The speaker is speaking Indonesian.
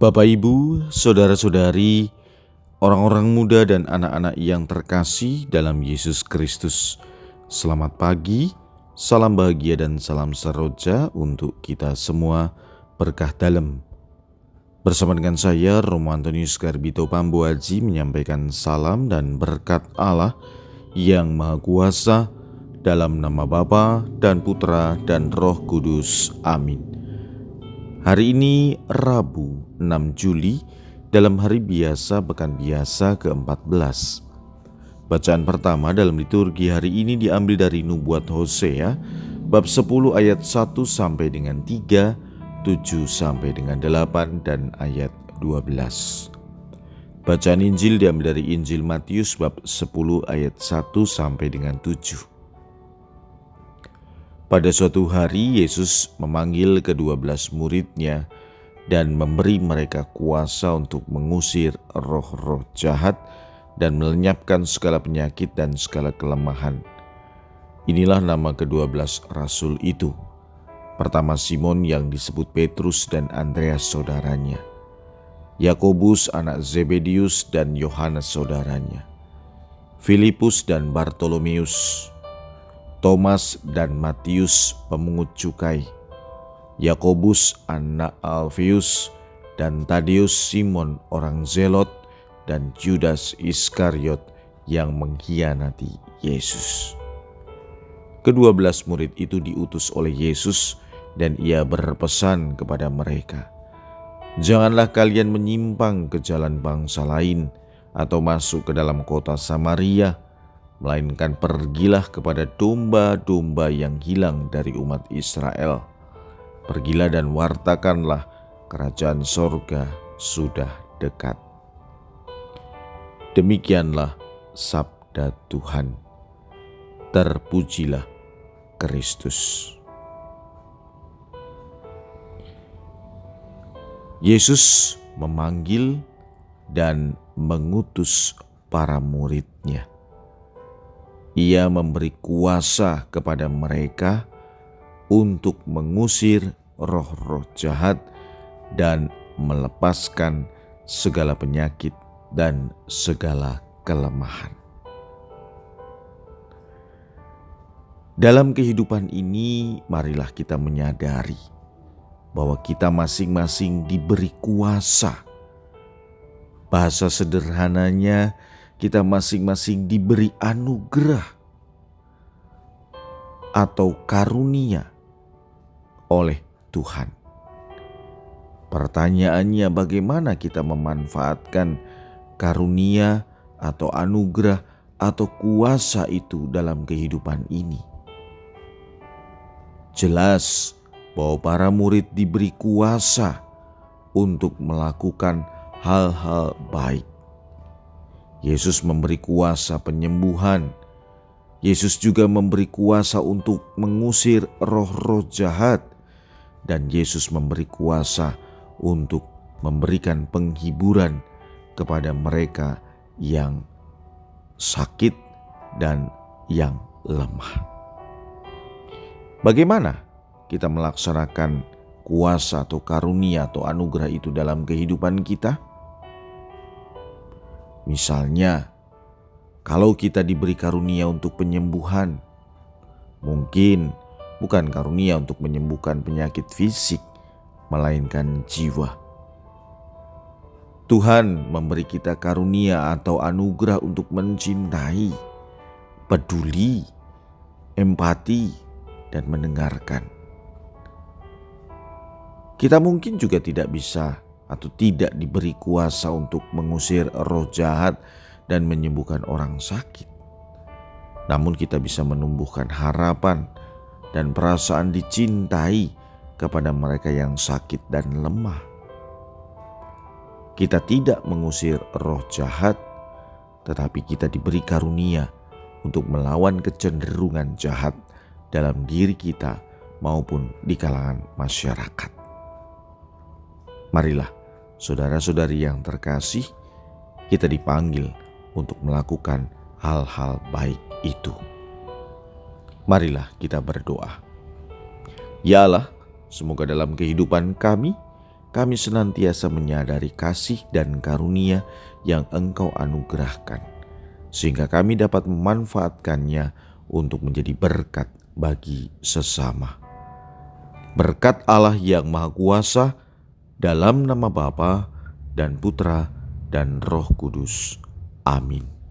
Bapak, Ibu, saudara-saudari, orang-orang muda dan anak-anak yang terkasih dalam Yesus Kristus, selamat pagi, salam bahagia dan salam seroja untuk kita semua, berkah dalam. Bersama dengan saya, Romo Antonius Garbito Pambuaji, menyampaikan salam dan berkat Allah yang Maha Kuasa dalam nama Bapa dan Putra dan Roh Kudus. Amin. Hari ini Rabu 6 Juli dalam hari biasa pekan biasa ke-14. Bacaan pertama dalam liturgi hari ini diambil dari nubuat Hosea bab 10 ayat 1 sampai dengan 3, 7 sampai dengan 8 dan ayat 12. Bacaan Injil diambil dari Injil Matius bab 10 ayat 1 sampai dengan 7. Pada suatu hari Yesus memanggil ke-12 muridnya dan memberi mereka kuasa untuk mengusir roh-roh jahat dan melenyapkan segala penyakit dan segala kelemahan. Inilah nama ke-12 rasul itu. Pertama Simon yang disebut Petrus dan Andreas saudaranya, Yakobus anak Zebedius dan Yohanes saudaranya, Filipus dan Bartolomeus, Thomas dan Matius pemungut cukai, Yakobus anak Alfeus dan Tadeus Simon orang Zelot, dan Judas Iskariot yang mengkhianati Yesus. Ke-12 murid itu diutus oleh Yesus dan ia berpesan kepada mereka, "Janganlah kalian menyimpang ke jalan bangsa lain atau masuk ke dalam kota Samaria, melainkan pergilah kepada domba-domba yang hilang dari umat Israel. Pergilah dan wartakanlah kerajaan sorga sudah dekat." Demikianlah sabda Tuhan. Terpujilah Kristus. Yesus memanggil dan mengutus para murid-Nya. Ia memberi kuasa kepada mereka untuk mengusir roh-roh jahat dan melepaskan segala penyakit dan segala kelemahan. Dalam kehidupan ini, marilah kita menyadari bahwa kita masing-masing diberi kuasa. Bahasa sederhananya, kita masing-masing diberi anugerah atau karunia oleh Tuhan. Pertanyaannya, bagaimana kita memanfaatkan karunia atau anugerah atau kuasa itu dalam kehidupan ini? Jelas bahwa para murid diberi kuasa untuk melakukan hal-hal baik. Yesus memberi kuasa penyembuhan. Yesus juga memberi kuasa untuk mengusir roh-roh jahat. Dan Yesus memberi kuasa untuk memberikan penghiburan kepada mereka yang sakit dan yang lemah. Bagaimana kita melaksanakan kuasa atau karunia atau anugerah itu dalam kehidupan kita? Misalnya, kalau kita diberi karunia untuk penyembuhan, mungkin bukan karunia untuk menyembuhkan penyakit fisik, melainkan jiwa. Tuhan memberi kita karunia atau anugerah untuk mencintai, peduli, empati, dan mendengarkan. Kita mungkin juga tidak bisa atau tidak diberi kuasa untuk mengusir roh jahat dan menyembuhkan orang sakit. Namun kita bisa menumbuhkan harapan dan perasaan dicintai kepada mereka yang sakit dan lemah. Kita tidak mengusir roh jahat, tetapi kita diberi karunia untuk melawan kecenderungan jahat dalam diri kita maupun di kalangan masyarakat. Marilah saudara-saudari yang terkasih, kita dipanggil untuk melakukan hal-hal baik itu. Marilah kita berdoa. Ya Allah, semoga dalam kehidupan kami kami senantiasa menyadari kasih dan karunia yang Engkau anugerahkan, sehingga kami dapat memanfaatkannya untuk menjadi berkat bagi sesama. Berkat Allah yang Maha Kuasa, dalam nama Bapa dan Putra dan Roh Kudus. Amin.